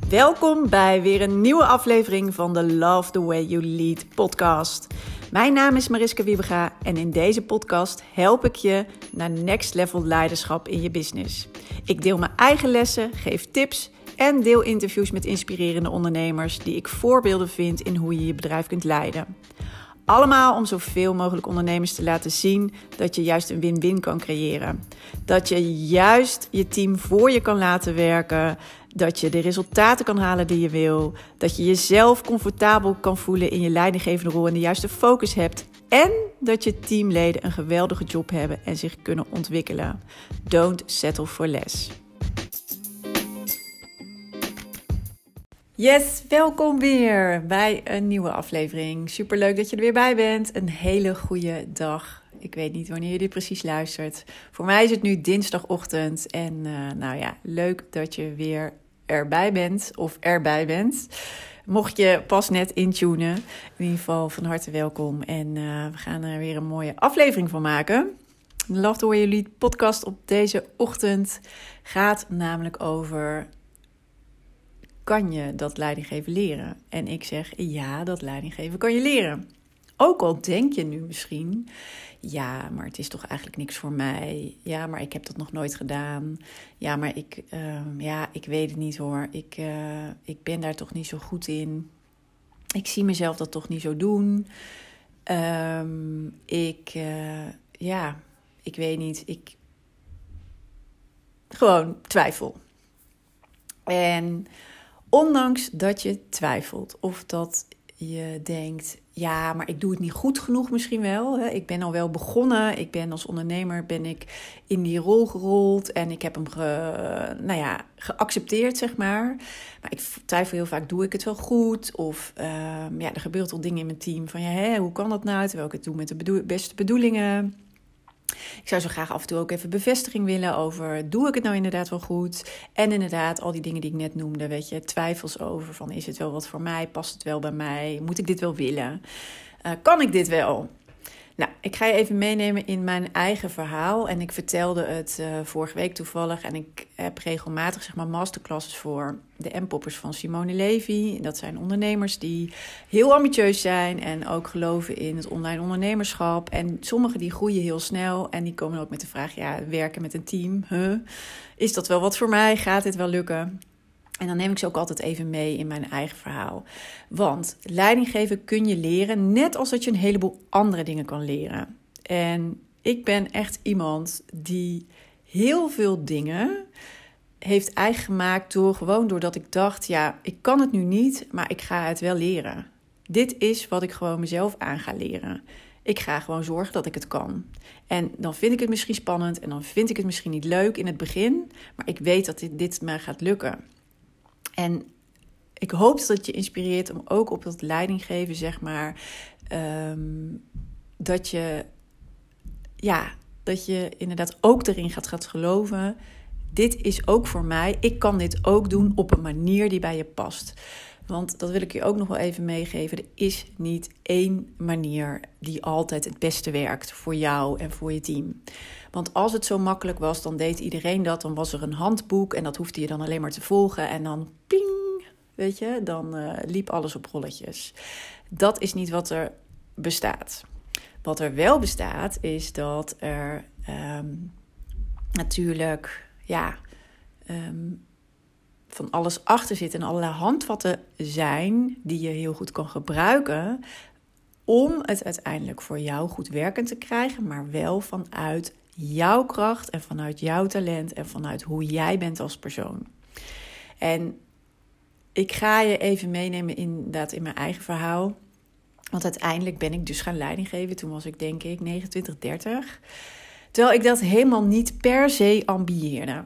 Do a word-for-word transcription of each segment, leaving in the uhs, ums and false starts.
Welkom bij weer een nieuwe aflevering van de Love the Way You Lead podcast. Mijn naam is Mariska Wiebega en in deze podcast help ik je naar next level leiderschap in je business. Ik deel mijn eigen lessen, geef tips en deel interviews met inspirerende ondernemers die ik voorbeelden vind in hoe je je bedrijf kunt leiden. Allemaal om zoveel mogelijk ondernemers te laten zien dat je juist een win-win kan creëren. Dat je juist je team voor je kan laten werken. Dat je de resultaten kan halen die je wil. Dat je jezelf comfortabel kan voelen in je leidinggevende rol en de juiste focus hebt. En dat je teamleden een geweldige job hebben en zich kunnen ontwikkelen. Don't settle for less. Yes, welkom weer bij een nieuwe aflevering. Superleuk dat je er weer bij bent. Een hele goede dag. Ik weet niet wanneer je dit precies luistert. Voor mij is het nu dinsdagochtend. En uh, nou ja, leuk dat je weer erbij bent of erbij bent. Mocht je pas net intunen, in ieder geval van harte welkom. En uh, we gaan er weer een mooie aflevering van maken. De Love the Way You Lead podcast op deze ochtend gaat namelijk over: kan je dat leidinggeven leren? En ik zeg, ja, dat leidinggeven kan je leren. Ook al denk je nu misschien, ja, maar het is toch eigenlijk niks voor mij. Ja, maar ik heb dat nog nooit gedaan. Ja, maar ik, uh, ja, ik weet het niet hoor. Ik, uh, ik ben daar toch niet zo goed in. Ik zie mezelf dat toch niet zo doen. Um, ik, uh, ja, ik weet niet. Ik gewoon twijfel. En ondanks dat je twijfelt of dat je denkt, ja, maar ik doe het niet goed genoeg misschien wel. Hè? Ik ben al wel begonnen. Ik ben als ondernemer ben ik in die rol gerold en ik heb hem ge, nou ja, geaccepteerd, zeg maar. Maar ik twijfel heel vaak, doe ik het wel goed? Of uh, ja, er gebeuren toch dingen in mijn team van, ja, hè, hoe kan dat nou? Terwijl ik het doe met de bedoel- beste bedoelingen. Ik zou zo graag af en toe ook even bevestiging willen over, doe ik het nou inderdaad wel goed? En inderdaad, al die dingen die ik net noemde, weet je, twijfels over van, is het wel wat voor mij? Past het wel bij mij? Moet ik dit wel willen? Uh, kan ik dit wel? Nou, ik ga je even meenemen in mijn eigen verhaal. En ik vertelde het uh, vorige week toevallig. En ik heb regelmatig, zeg maar, masterclasses voor de M-poppers van Simone Levy. Dat zijn ondernemers die heel ambitieus zijn en ook geloven in het online ondernemerschap. En sommigen die groeien heel snel en die komen ook met de vraag, ja, werken met een team. Huh? Is dat wel wat voor mij? Gaat dit wel lukken? En dan neem ik ze ook altijd even mee in mijn eigen verhaal. Want leidinggeven kun je leren, net als dat je een heleboel andere dingen kan leren. En ik ben echt iemand die heel veel dingen heeft eigen gemaakt door gewoon doordat ik dacht, ja, ik kan het nu niet, maar ik ga het wel leren. Dit is wat ik gewoon mezelf aan ga leren. Ik ga gewoon zorgen dat ik het kan. En dan vind ik het misschien spannend en dan vind ik het misschien niet leuk in het begin, maar ik weet dat dit, dit mij gaat lukken. En ik hoop dat het je inspireert om ook op dat leidinggeven, zeg maar, um, dat je, ja, dat je inderdaad ook erin gaat, gaat geloven. Dit is ook voor mij. Ik kan dit ook doen op een manier die bij je past. Want dat wil ik je ook nog wel even meegeven. Er is niet één manier die altijd het beste werkt voor jou en voor je team. Want als het zo makkelijk was, dan deed iedereen dat. Dan was er een handboek en dat hoefde je dan alleen maar te volgen. En dan ping, weet je, dan uh, liep alles op rolletjes. Dat is niet wat er bestaat. Wat er wel bestaat, is dat er um, natuurlijk, ja, um, van alles achter zit en allerlei handvatten zijn die je heel goed kan gebruiken om het uiteindelijk voor jou goed werkend te krijgen, maar wel vanuit jouw kracht en vanuit jouw talent en vanuit hoe jij bent als persoon. En ik ga je even meenemen inderdaad in mijn eigen verhaal. Want uiteindelijk ben ik dus gaan leiding geven. Toen was ik denk ik negenentwintig, dertig. Terwijl ik dat helemaal niet per se ambieerde.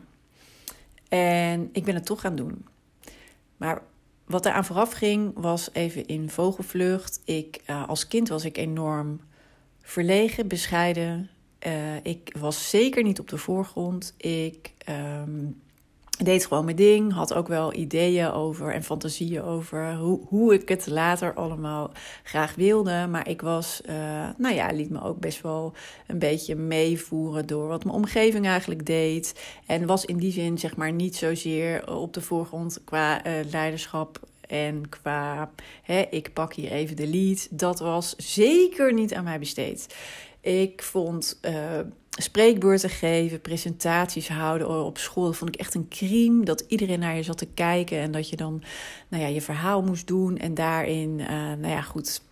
En ik ben het toch gaan doen. Maar wat eraan vooraf ging was even in vogelvlucht. Ik, uh, als kind was ik enorm verlegen, bescheiden. Uh, ik was zeker niet op de voorgrond. Ik um, deed gewoon mijn ding, had ook wel ideeën over en fantasieën over hoe, hoe ik het later allemaal graag wilde. Maar ik was, uh, nou ja, liet me ook best wel een beetje meevoeren door wat mijn omgeving eigenlijk deed. En was in die zin zeg maar niet zozeer op de voorgrond qua uh, leiderschap en qua, hè, ik pak hier even de lead. Dat was zeker niet aan mij besteed. Ik vond uh, spreekbeurten geven, presentaties houden op school. Dat vond ik echt een crime. Dat iedereen naar je zat te kijken en dat je dan nou ja, je verhaal moest doen. En daarin, uh, nou ja, goed,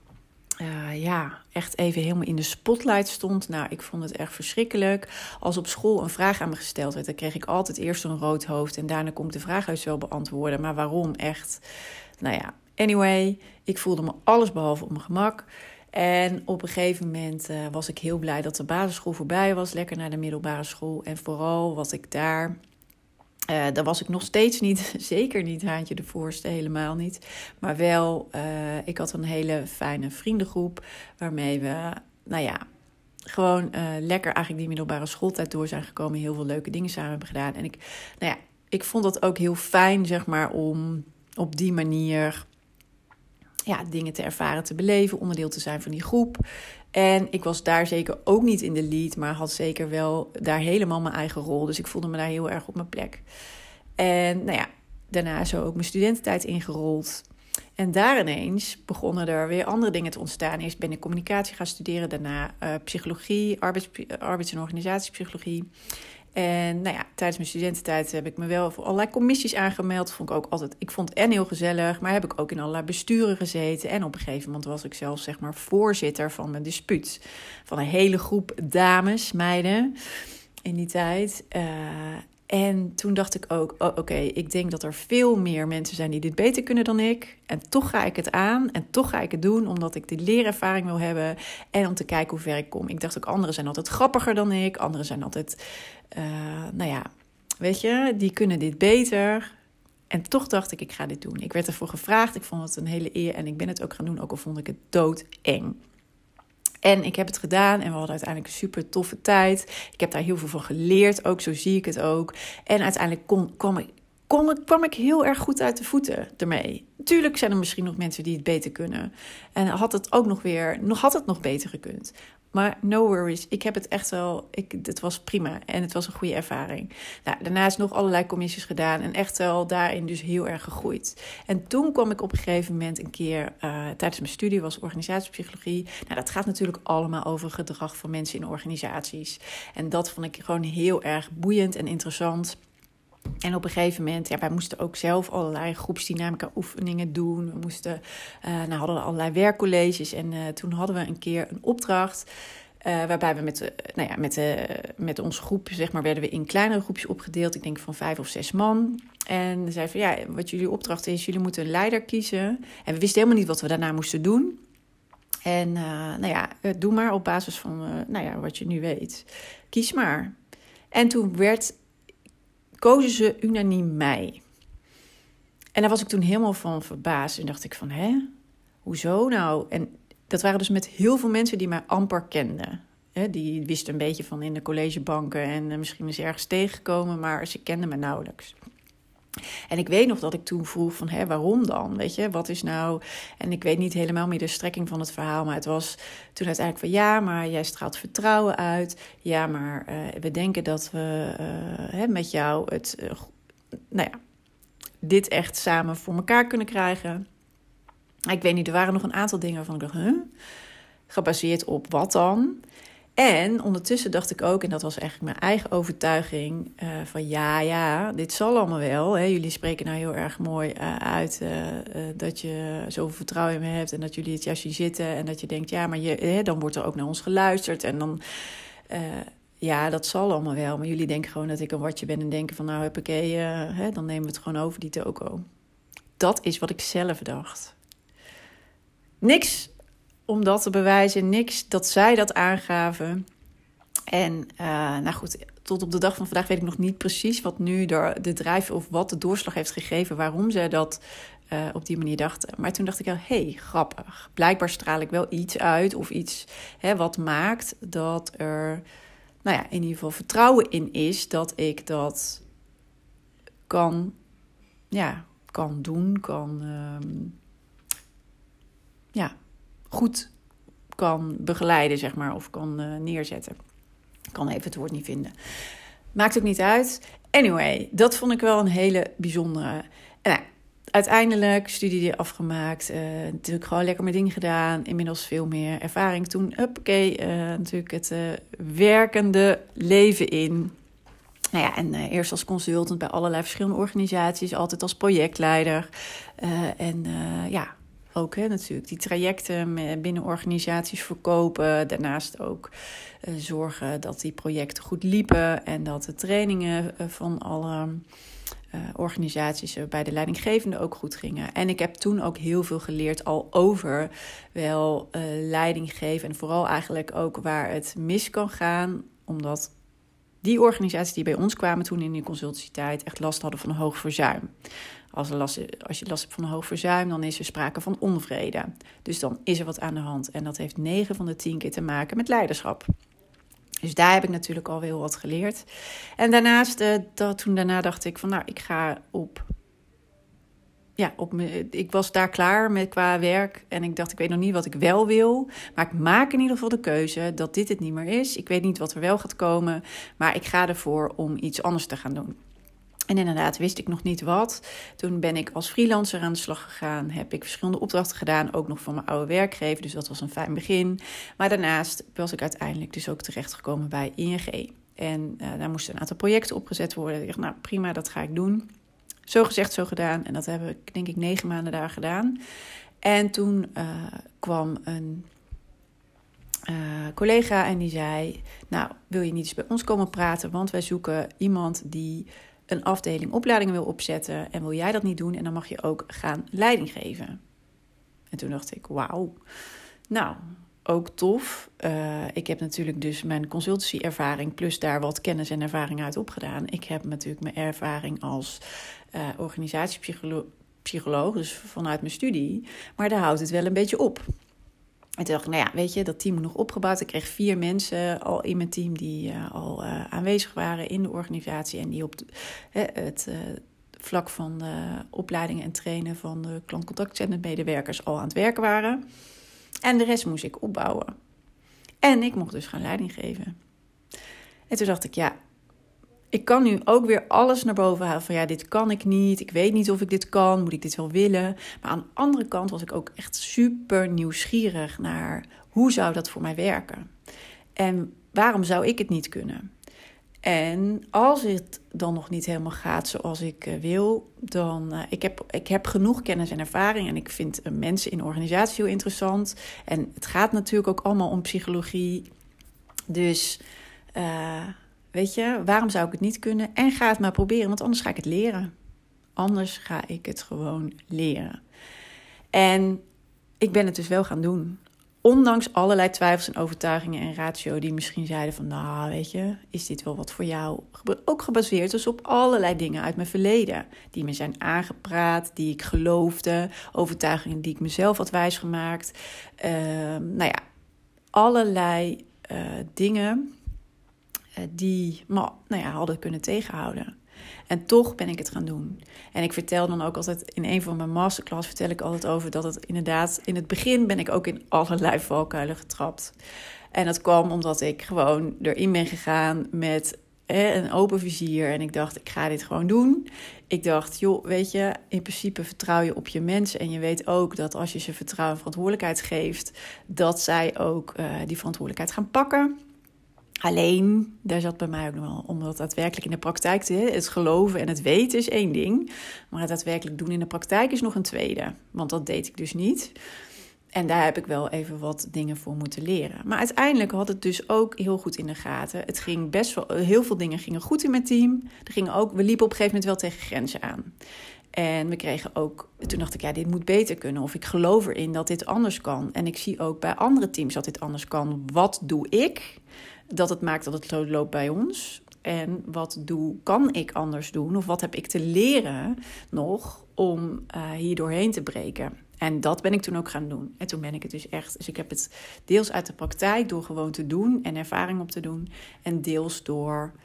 uh, ja, echt even helemaal in de spotlight stond. Nou, ik vond het echt verschrikkelijk. Als op school een vraag aan me gesteld werd, dan kreeg ik altijd eerst een rood hoofd. En daarna kon ik de vraag juist wel beantwoorden. Maar waarom echt? Nou ja, anyway, ik voelde me allesbehalve op mijn gemak. En op een gegeven moment uh, was ik heel blij dat de basisschool voorbij was. Lekker naar de middelbare school. En vooral wat ik daar... Uh, daar was ik nog steeds niet, zeker niet haantje de voorste, helemaal niet. Maar wel, uh, ik had een hele fijne vriendengroep waarmee we, nou ja, gewoon uh, lekker eigenlijk die middelbare schooltijd door zijn gekomen. Heel veel leuke dingen samen hebben gedaan. En ik, nou ja, ik vond dat ook heel fijn, zeg maar, om op die manier... ja, dingen te ervaren, te beleven, onderdeel te zijn van die groep. En ik was daar zeker ook niet in de lead, maar had zeker wel daar helemaal mijn eigen rol. Dus ik voelde me daar heel erg op mijn plek. En nou ja, daarna zo ook mijn studententijd ingerold. En daar ineens begonnen er weer andere dingen te ontstaan. Eerst ben ik communicatie gaan studeren, daarna uh, psychologie, arbeids, arbeids- en organisatiepsychologie. En nou ja, tijdens mijn studententijd heb ik me wel voor allerlei commissies aangemeld. Vond ik ook altijd, ik vond het en heel gezellig, maar heb ik ook in allerlei besturen gezeten. En op een gegeven moment was ik zelf zeg maar voorzitter van mijn dispuut. Van een hele groep dames, meiden in die tijd. Uh, en toen dacht ik ook, oh, oké, okay, ik denk dat er veel meer mensen zijn die dit beter kunnen dan ik. En toch ga ik het aan en toch ga ik het doen, omdat ik die leerervaring wil hebben. En om te kijken hoe ver ik kom. Ik dacht ook, anderen zijn altijd grappiger dan ik. Anderen zijn altijd, uh, nou ja, weet je, die kunnen dit beter. En toch dacht ik, ik ga dit doen. Ik werd ervoor gevraagd, ik vond het een hele eer en ik ben het ook gaan doen, ook al vond ik het doodeng. En ik heb het gedaan en we hadden uiteindelijk een super toffe tijd. Ik heb daar heel veel van geleerd, ook zo zie ik het ook. En uiteindelijk kon, kwam, ik, kon, kwam ik heel erg goed uit de voeten ermee. Natuurlijk zijn er misschien nog mensen die het beter kunnen. En had het ook nog weer, nog had het nog beter gekund. Maar no worries, ik heb het echt wel, ik, het was prima en het was een goede ervaring. Nou, daarnaast nog allerlei commissies gedaan en echt wel daarin dus heel erg gegroeid. En toen kwam ik op een gegeven moment een keer, uh, tijdens mijn studie was organisatiepsychologie. Nou, dat gaat natuurlijk allemaal over gedrag van mensen in organisaties. En dat vond ik gewoon heel erg boeiend en interessant. En op een gegeven moment, ja, wij moesten ook zelf allerlei groepsdynamica oefeningen doen. We moesten, uh, nou, hadden allerlei werkcolleges en uh, toen hadden we een keer een opdracht. Uh, waarbij we met, uh, nou ja, met, uh, met onze groep, zeg maar, werden we in kleinere groepjes opgedeeld. Ik denk van vijf of zes man. En zei van, ja, wat jullie opdracht is, jullie moeten een leider kiezen. En we wisten helemaal niet wat we daarna moesten doen. En uh, nou ja, doe maar op basis van, uh, nou ja, wat je nu weet. Kies maar. En toen werd... kozen ze unaniem mij. En daar was ik toen helemaal van verbaasd. En dacht ik van, hè? Hoezo nou? En dat waren dus met heel veel mensen die mij amper kenden. Hè? Die wisten een beetje van in de collegebanken en uh, misschien is ergens tegengekomen, maar ze kenden me nauwelijks. En ik weet nog dat ik toen vroeg van, hè, waarom dan? Weet je, wat is nou... En ik weet niet helemaal meer de strekking van het verhaal, maar het was toen uiteindelijk van, ja, maar jij straalt vertrouwen uit. Ja, maar uh, we denken dat we uh, hè, met jou het, uh, nou ja, dit echt samen voor elkaar kunnen krijgen. Ik weet niet, er waren nog een aantal dingen waarvan ik dacht, huh? Gebaseerd op wat dan? En ondertussen dacht ik ook, en dat was eigenlijk mijn eigen overtuiging, uh, van ja, ja, dit zal allemaal wel. Hè. Jullie spreken nou heel erg mooi uh, uit uh, uh, dat je zoveel vertrouwen in me hebt en dat jullie het juist zien zitten. En dat je denkt, ja, maar je, hè, dan wordt er ook naar ons geluisterd. En dan, uh, ja, dat zal allemaal wel. Maar jullie denken gewoon dat ik een watje ben en denken van, nou, huppakee, uh, hè, dan nemen we het gewoon over, die toko. Dat is wat ik zelf dacht. Niks om dat te bewijzen, niks dat zij dat aangaven. En uh, nou goed, tot op de dag van vandaag weet ik nog niet precies wat nu de, de drijf of wat de doorslag heeft gegeven, waarom zij dat uh, op die manier dachten. Maar toen dacht ik, hé, hey, grappig. Blijkbaar straal ik wel iets uit of iets hè, wat maakt dat er, nou ja, in ieder geval vertrouwen in is dat ik dat kan, ja, kan doen, kan, um, ja, goed kan begeleiden, zeg maar, of kan uh, neerzetten. Ik kan even het woord niet vinden. Maakt ook niet uit. Anyway, dat vond ik wel een hele bijzondere. En nou, uiteindelijk studie afgemaakt. Uh, natuurlijk gewoon lekker mijn ding gedaan. Inmiddels veel meer ervaring toen. Huppakee, uh, natuurlijk het uh, werkende leven in. Nou ja, en uh, eerst als consultant bij allerlei verschillende organisaties. Altijd als projectleider. Uh, en uh, ja... Ook hè, natuurlijk die trajecten binnen organisaties verkopen. Daarnaast ook uh, zorgen dat die projecten goed liepen. En dat de trainingen uh, van alle uh, organisaties uh, bij de leidinggevende ook goed gingen. En ik heb toen ook heel veel geleerd al over wel uh, leiding geven. En vooral eigenlijk ook waar het mis kan gaan. Omdat die organisaties die bij ons kwamen toen in die consultantietijd echt last hadden van een hoog verzuim. Als, er last, als je last hebt van een hoog verzuim, dan is er sprake van onvrede. Dus dan is er wat aan de hand. En dat heeft negen van de tien keer te maken met leiderschap. Dus daar heb ik natuurlijk al heel wat geleerd. En daarnaast, uh, dat, toen daarna dacht ik van nou, ik ga op... Ja, op me, ik was daar klaar met qua werk. En ik dacht, ik weet nog niet wat ik wel wil. Maar ik maak in ieder geval de keuze dat dit het niet meer is. Ik weet niet wat er wel gaat komen. Maar ik ga ervoor om iets anders te gaan doen. En inderdaad wist ik nog niet wat. Toen ben ik als freelancer aan de slag gegaan. Heb ik verschillende opdrachten gedaan. Ook nog voor mijn oude werkgever. Dus dat was een fijn begin. Maar daarnaast was ik uiteindelijk dus ook terechtgekomen bij I N G. En uh, daar moesten een aantal projecten opgezet worden. Ik dacht, nou prima, dat ga ik doen. Zo gezegd, zo gedaan. En dat heb ik denk ik negen maanden daar gedaan. En toen uh, kwam een uh, collega en die zei... Nou, wil je niet eens bij ons komen praten? Want wij zoeken iemand die een afdeling opleidingen wil opzetten. En wil jij dat niet doen? En dan mag je ook gaan leiding geven. En toen dacht ik, wauw. Nou, ook tof. Uh, ik heb natuurlijk dus mijn consultancy-ervaring... plus daar wat kennis en ervaring uit opgedaan. Ik heb natuurlijk mijn ervaring als uh, organisatiepsycholoog... dus vanuit mijn studie. Maar daar houdt het wel een beetje op. En toen dacht ik, nou ja, weet je, dat team moet nog opgebouwd. Ik kreeg vier mensen al in mijn team... die uh, al uh, aanwezig waren in de organisatie... en die op de, uh, het uh, vlak van de opleidingen en trainen... van de klantcontactcentrum-medewerkers al aan het werken waren... En de rest moest ik opbouwen. En ik mocht dus gaan leiding geven. En toen dacht ik, ja, ik kan nu ook weer alles naar boven halen. Van ja, dit kan ik niet. Ik weet niet of ik dit kan. Moet ik dit wel willen? Maar aan de andere kant was ik ook echt super nieuwsgierig naar... hoe zou dat voor mij werken? En waarom zou ik het niet kunnen? En als het dan nog niet helemaal gaat zoals ik uh, wil, dan... Uh, ik, heb, ik heb genoeg kennis en ervaring en ik vind uh, mensen in organisatie heel interessant. En het gaat natuurlijk ook allemaal om psychologie. Dus, uh, weet je, waarom zou ik het niet kunnen? En ga het maar proberen, want anders ga ik het leren. Anders ga ik het gewoon leren. En ik ben het dus wel gaan doen. Ondanks allerlei twijfels en overtuigingen en ratio die misschien zeiden van... nou, weet je, is dit wel wat voor jou? Ook gebaseerd dus op allerlei dingen uit mijn verleden. Die me zijn aangepraat, die ik geloofde. Overtuigingen die ik mezelf had wijsgemaakt. Uh, nou ja, allerlei uh, dingen uh, die me nou ja, hadden kunnen tegenhouden. En toch ben ik het gaan doen. En ik vertel dan ook altijd in een van mijn masterclass... vertel ik altijd over dat het inderdaad... in het begin ben ik ook in allerlei valkuilen getrapt. En dat kwam omdat ik gewoon erin ben gegaan met eh, een open vizier. En ik dacht, ik ga dit gewoon doen. Ik dacht, joh, weet je, in principe vertrouw je op je mensen. En je weet ook dat als je ze vertrouwen en verantwoordelijkheid geeft... dat zij ook uh, die verantwoordelijkheid gaan pakken... Alleen, daar zat bij mij ook nog wel, om dat daadwerkelijk in de praktijk te... Het geloven en het weten is één ding. Maar het daadwerkelijk doen in de praktijk is nog een tweede. Want dat deed ik dus niet. En daar heb ik wel even wat dingen voor moeten leren. Maar uiteindelijk had het dus ook heel goed in de gaten. Het ging best wel, heel veel dingen gingen goed in mijn team. Er gingen ook, we liepen op een gegeven moment wel tegen grenzen aan. En we kregen ook, toen dacht ik, ja, dit moet beter kunnen. Of ik geloof erin dat dit anders kan. En ik zie ook bij andere teams dat dit anders kan. Wat doe ik? Dat het maakt dat het zo loopt bij ons. En wat doe, kan ik anders doen? Of wat heb ik te leren nog om uh, hier doorheen te breken? En dat ben ik toen ook gaan doen. En toen ben ik het dus echt... Dus ik heb het deels uit de praktijk door gewoon te doen en ervaring op te doen. En deels door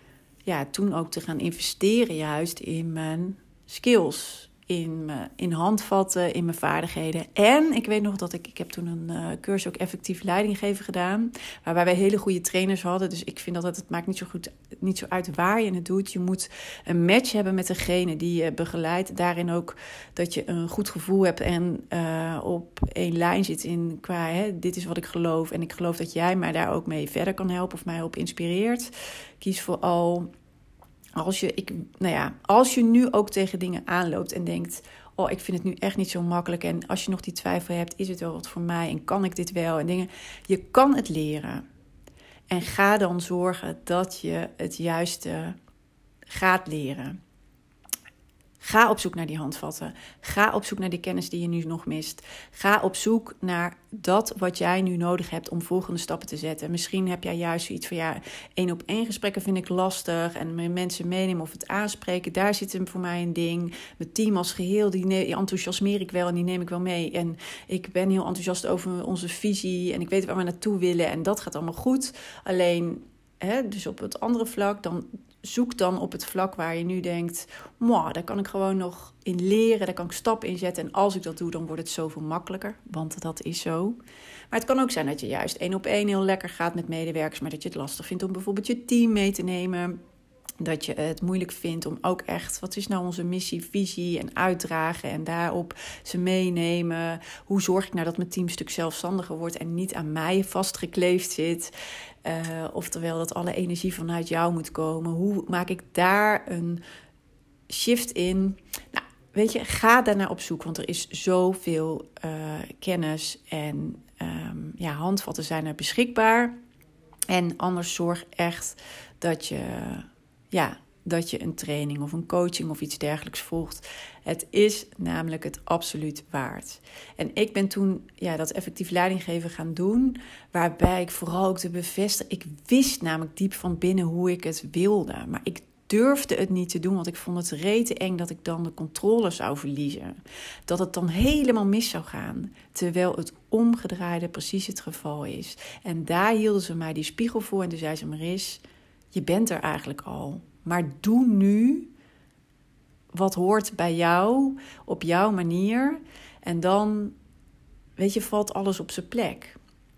ja, toen ook te gaan investeren juist in mijn skills. In, mijn, in handvatten, in mijn vaardigheden. En ik weet nog dat ik... Ik heb toen een uh, cursus ook effectief leidinggeven gedaan. Waarbij wij hele goede trainers hadden. Dus ik vind dat het maakt niet zo, goed, niet zo uit waar je het doet. Je moet een match hebben met degene die je begeleidt. Daarin ook dat je een goed gevoel hebt. En uh, op één lijn zit in qua... Hè, dit is wat ik geloof. En ik geloof dat jij mij daar ook mee verder kan helpen. Of mij op inspireert. Kies vooral... Als je, ik, nou ja, als je nu ook tegen dingen aanloopt en denkt... oh, ik vind het nu echt niet zo makkelijk... en als je nog die twijfel hebt, is het wel wat voor mij... en kan ik dit wel en dingen... je kan het leren. En ga dan zorgen dat je het juiste gaat leren. Ga op zoek naar die handvatten. Ga op zoek naar die kennis die je nu nog mist. Ga op zoek naar dat wat jij nu nodig hebt om volgende stappen te zetten. Misschien heb jij juist zoiets van, ja, één op één gesprekken vind ik lastig. En mensen meenemen of het aanspreken, daar zit hem voor mij een ding. Mijn team als geheel, die, ne- die enthousiasmeer ik wel en die neem ik wel mee. En ik ben heel enthousiast over onze visie en ik weet waar we naartoe willen. En dat gaat allemaal goed. Alleen, hè, dus op het andere vlak, dan... Zoek dan op het vlak waar je nu denkt... Mwah, daar kan ik gewoon nog in leren, daar kan ik stappen in zetten. En als ik dat doe, dan wordt het zoveel makkelijker. Want dat is zo. Maar het kan ook zijn dat je juist één op één heel lekker gaat met medewerkers... maar dat je het lastig vindt om bijvoorbeeld je team mee te nemen... Dat je het moeilijk vindt om ook echt... wat is nou onze missie, visie en uitdragen... en daarop ze meenemen. Hoe zorg ik nou dat mijn team een stuk zelfstandiger wordt... en niet aan mij vastgekleefd zit... Uh, oftewel dat alle energie vanuit jou moet komen. Hoe maak ik daar een shift in? Nou, weet je, ga daarnaar op zoek. Want er is zoveel uh, kennis en um, ja, handvatten zijn er beschikbaar. En anders zorg echt dat je, ja, dat je een training of een coaching of iets dergelijks volgt. Het is namelijk het absoluut waard. En ik ben toen ja, dat effectief leidinggeven gaan doen, waarbij ik vooral ook de bevestiging... Ik wist namelijk diep van binnen hoe ik het wilde, maar ik durfde het niet te doen, want ik vond het rete eng dat ik dan de controle zou verliezen. Dat het dan helemaal mis zou gaan, terwijl het omgedraaide precies het geval is. En daar hielden ze mij die spiegel voor en toen zei ze: Maris, je bent er eigenlijk al, maar doe nu wat hoort bij jou, op jouw manier. En dan, weet je, valt alles op zijn plek.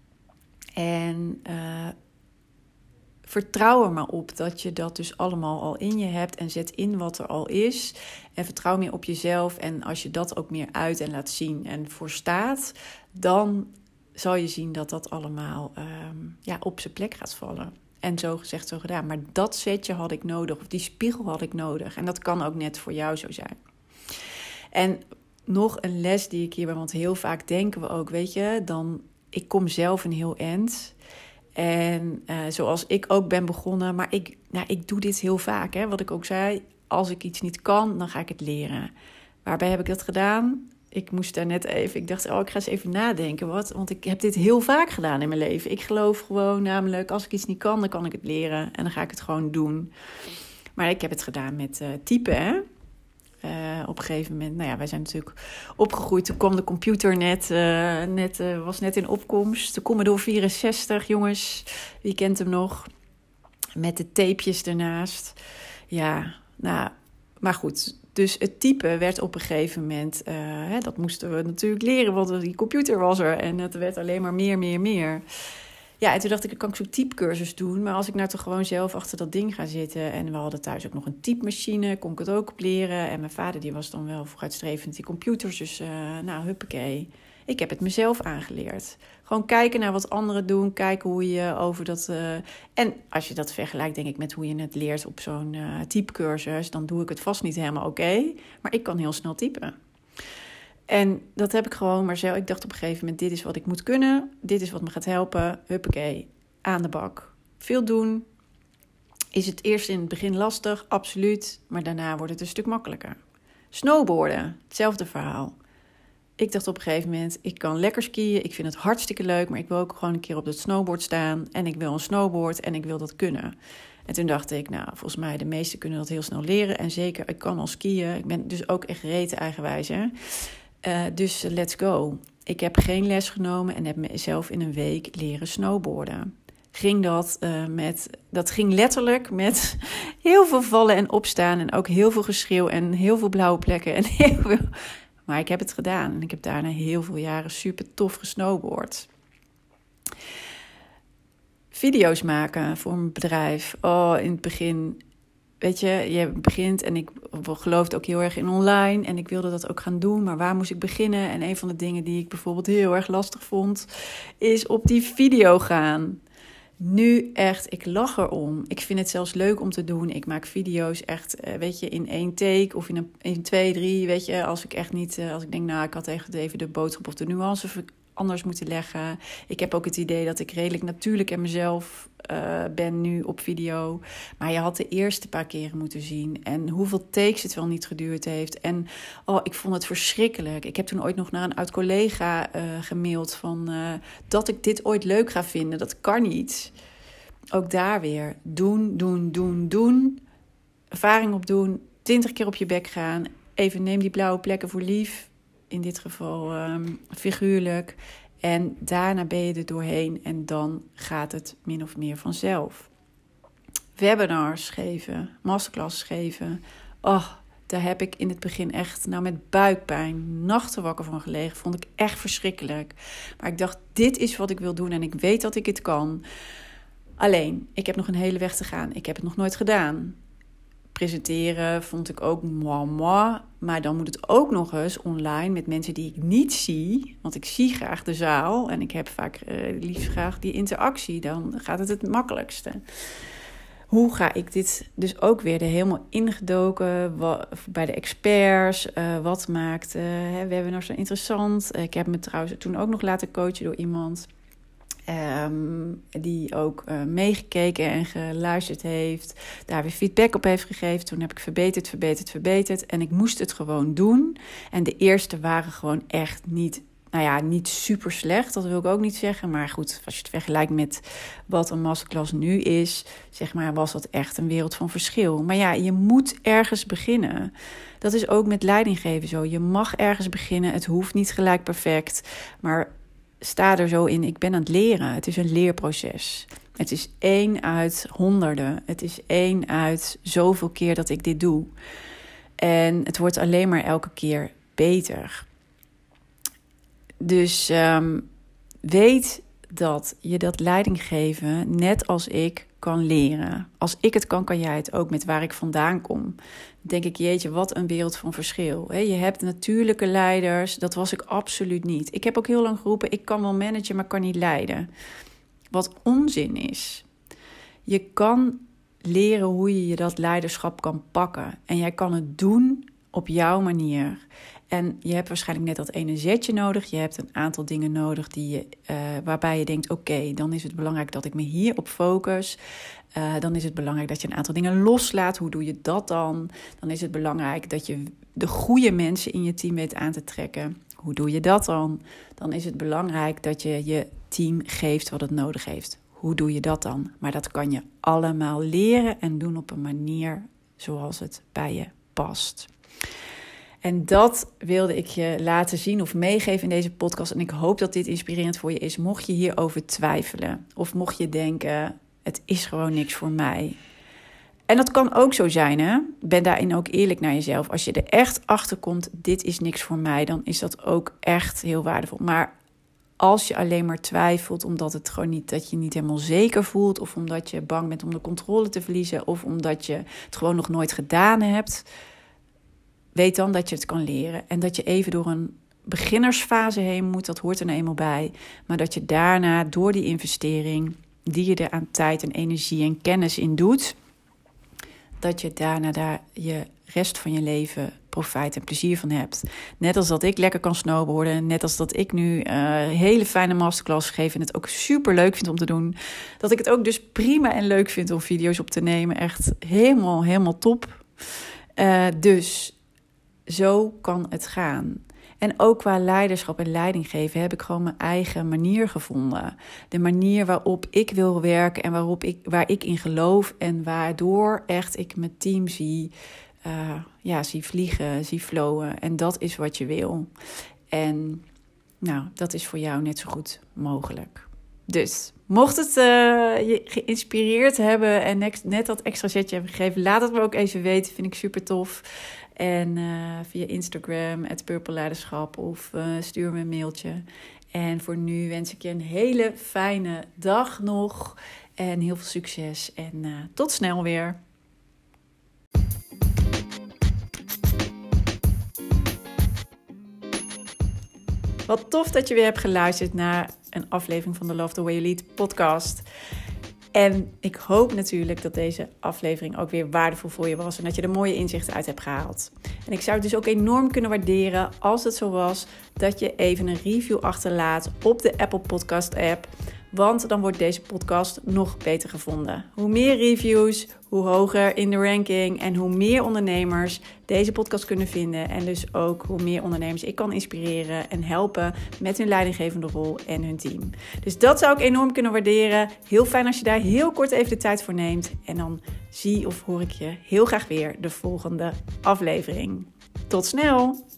En uh, vertrouw er maar op dat je dat dus allemaal al in je hebt. En zet in wat er al is. En vertrouw meer op jezelf. En als je dat ook meer uit en laat zien en voor staat, dan zal je zien dat dat allemaal um, ja, op zijn plek gaat vallen. En zo gezegd, zo gedaan. Maar dat setje had ik nodig. Of die spiegel had ik nodig. En dat kan ook net voor jou zo zijn. En nog een les die ik hierbij... Want heel vaak denken we ook, weet je... dan ik kom zelf een heel eind. En uh, zoals ik ook ben begonnen... Maar ik, nou, ik doe dit heel vaak. Hè, wat ik ook zei. Als ik iets niet kan, dan ga ik het leren. Waarbij heb ik dat gedaan? Ik moest daar net even... Ik dacht, oh, ik ga eens even nadenken. Wat? Want ik heb dit heel vaak gedaan in mijn leven. Ik geloof gewoon namelijk... als ik iets niet kan, dan kan ik het leren. En dan ga ik het gewoon doen. Maar ik heb het gedaan met uh, typen, hè. Uh, op een gegeven moment... Nou ja, wij zijn natuurlijk opgegroeid. Toen kwam de computer net... Uh, net uh, was net in opkomst. De Commodore vierenzestig, jongens. Wie kent hem nog? Met de tapejes ernaast. Ja, nou... Maar goed... Dus het typen werd op een gegeven moment... Uh, hè, dat moesten we natuurlijk leren, want die computer was er. En het werd alleen maar meer, meer, meer. Ja, en toen dacht ik, dan kan ik zo'n typecursus doen. Maar als ik nou toch gewoon zelf achter dat ding ga zitten... en we hadden thuis ook nog een typemachine, kon ik het ook op leren. En mijn vader die was dan wel vooruitstrevend die computers. Dus uh, nou, huppakee. Ik heb het mezelf aangeleerd. Gewoon kijken naar wat anderen doen. Kijken hoe je over dat... Uh... En als je dat vergelijkt, denk ik, met hoe je het leert op zo'n uh, typecursus... dan doe ik het vast niet helemaal oké. Okay, maar ik kan heel snel typen. En dat heb ik gewoon maar zelf... Ik dacht op een gegeven moment, dit is wat ik moet kunnen. Dit is wat me gaat helpen. Huppakee, aan de bak. Veel doen. Is het eerst in het begin lastig? Absoluut. Maar daarna wordt het een stuk makkelijker. Snowboarden, hetzelfde verhaal. Ik dacht op een gegeven moment, ik kan lekker skiën. Ik vind het hartstikke leuk, maar ik wil ook gewoon een keer op dat snowboard staan. En ik wil een snowboard en ik wil dat kunnen. En toen dacht ik, nou, volgens mij de meesten kunnen dat heel snel leren. En zeker, ik kan al skiën. Ik ben dus ook echt rete eigenwijs, hè. Uh, dus let's go. Ik heb geen les genomen en heb mezelf in een week leren snowboarden. ging dat uh, met, dat ging letterlijk met heel veel vallen en opstaan en ook heel veel geschreeuw en heel veel blauwe plekken en heel veel. Maar ik heb het gedaan en ik heb daarna heel veel jaren super tof gesnowboard. Video's maken voor mijn bedrijf. Oh, in het begin, weet je, je begint en ik geloofde ook heel erg in online en ik wilde dat ook gaan doen, maar waar moest ik beginnen? En een van de dingen die ik bijvoorbeeld heel erg lastig vond, is op die video gaan. Nu echt, ik lach erom. Ik vind het zelfs leuk om te doen. Ik maak video's echt, weet je, in één take of in, een, in twee, drie, weet je. Als ik echt niet, als ik denk, nou, ik had echt even de boodschap of de nuance anders moeten leggen. Ik heb ook het idee dat ik redelijk natuurlijk en mezelf uh, ben nu op video. Maar je had de eerste paar keren moeten zien. En hoeveel takes het wel niet geduurd heeft. En oh, ik vond het verschrikkelijk. Ik heb toen ooit nog naar een oud collega uh, gemaild van uh, dat ik dit ooit leuk ga vinden. Dat kan niet. Ook daar weer. Doen, doen, doen, doen. Ervaring opdoen. Twintig keer op je bek gaan. Even neem die blauwe plekken voor lief. In dit geval um, figuurlijk. En daarna ben je er doorheen. En dan gaat het min of meer vanzelf. Webinars geven. Masterclass geven. Oh, daar heb ik in het begin echt nou met buikpijn, nachten wakker van gelegen. Vond ik echt verschrikkelijk. Maar ik dacht, dit is wat ik wil doen. En ik weet dat ik het kan. Alleen, ik heb nog een hele weg te gaan. Ik heb het nog nooit gedaan. Presenteren vond ik ook moi, moi. Maar dan moet het ook nog eens online met mensen die ik niet zie. Want ik zie graag de zaal. En ik heb vaak uh, liefst graag die interactie. Dan gaat het het makkelijkste. Hoe ga ik dit dus ook weer er helemaal ingedoken wat, bij de experts? Uh, wat maakt uh, webinars zo interessant? Uh, ik heb me trouwens toen ook nog laten coachen door iemand. Um, die ook uh, meegekeken en geluisterd heeft. Daar weer feedback op heeft gegeven. Toen heb ik verbeterd, verbeterd, verbeterd. En ik moest het gewoon doen. En de eerste waren gewoon echt niet, nou ja, niet super slecht. Dat wil ik ook niet zeggen. Maar goed, als je het vergelijkt met wat een masterclass nu is, zeg maar, was dat echt een wereld van verschil. Maar ja, je moet ergens beginnen. Dat is ook met leidinggeven zo. Je mag ergens beginnen. Het hoeft niet gelijk perfect. Maar sta er zo in, ik ben aan het leren. Het is een leerproces. Het is één uit honderden. Het is één uit zoveel keer dat ik dit doe. En het wordt alleen maar elke keer beter. Dus um, weet dat je dat leidinggeven, net als ik, kan leren. Als ik het kan, kan jij het ook met waar ik vandaan kom. Dan denk ik, jeetje, wat een wereld van verschil. Je hebt natuurlijke leiders, dat was ik absoluut niet. Ik heb ook heel lang geroepen, ik kan wel managen, maar kan niet leiden. Wat onzin is. Je kan leren hoe je je dat leiderschap kan pakken. En jij kan het doen op jouw manier. En je hebt waarschijnlijk net dat ene zetje nodig. Je hebt een aantal dingen nodig die je, uh, waarbij je denkt, oké, okay, dan is het belangrijk dat ik me hierop focus. Uh, dan is het belangrijk dat je een aantal dingen loslaat. Hoe doe je dat dan? Dan is het belangrijk dat je de goede mensen in je team weet aan te trekken. Hoe doe je dat dan? Dan is het belangrijk dat je je team geeft wat het nodig heeft. Hoe doe je dat dan? Maar dat kan je allemaal leren en doen op een manier zoals het bij je past. En dat wilde ik je laten zien of meegeven in deze podcast. En ik hoop dat dit inspirerend voor je is. Mocht je hierover twijfelen of mocht je denken, het is gewoon niks voor mij. En dat kan ook zo zijn, hè? Ben daarin ook eerlijk naar jezelf. Als je er echt achter komt, dit is niks voor mij, dan is dat ook echt heel waardevol. Maar als je alleen maar twijfelt omdat het gewoon niet, dat je niet helemaal zeker voelt, of omdat je bang bent om de controle te verliezen, of omdat je het gewoon nog nooit gedaan hebt, weet dan dat je het kan leren. En dat je even door een beginnersfase heen moet, dat hoort er nou eenmaal bij. Maar dat je daarna door die investering, die je er aan tijd en energie en kennis in doet, dat je daarna daar je rest van je leven profijt en plezier van hebt. Net als dat ik lekker kan snowboarden. Net als dat ik nu uh, hele fijne masterclass geef en het ook super leuk vind om te doen. Dat ik het ook dus prima en leuk vind om video's op te nemen. Echt helemaal, helemaal top. Uh, dus zo kan het gaan. En ook qua leiderschap en leiding geven heb ik gewoon mijn eigen manier gevonden. De manier waarop ik wil werken en waarop ik, waar ik in geloof. En waardoor echt ik mijn team zie, uh, ja, zie vliegen, zie flowen. En dat is wat je wil. En nou, dat is voor jou net zo goed mogelijk. Dus, mocht het uh, je geïnspireerd hebben en net, net dat extra zetje hebben gegeven, laat het me ook even weten. Vind ik super tof. En uh, via Instagram, at Purple Leiderschap, of uh, stuur me een mailtje. En voor nu wens ik je een hele fijne dag nog. En heel veel succes. En uh, tot snel weer. Wat tof dat je weer hebt geluisterd naar een aflevering van de Love the Way You Lead podcast. En ik hoop natuurlijk dat deze aflevering ook weer waardevol voor je was en dat je er mooie inzichten uit hebt gehaald. En ik zou het dus ook enorm kunnen waarderen als het zo was dat je even een review achterlaat op de Apple Podcast app. Want dan wordt deze podcast nog beter gevonden. Hoe meer reviews, hoe hoger in de ranking en hoe meer ondernemers deze podcast kunnen vinden. En dus ook hoe meer ondernemers ik kan inspireren en helpen met hun leidinggevende rol en hun team. Dus dat zou ik enorm kunnen waarderen. Heel fijn als je daar heel kort even de tijd voor neemt. En dan zie of hoor ik je heel graag weer de volgende aflevering. Tot snel!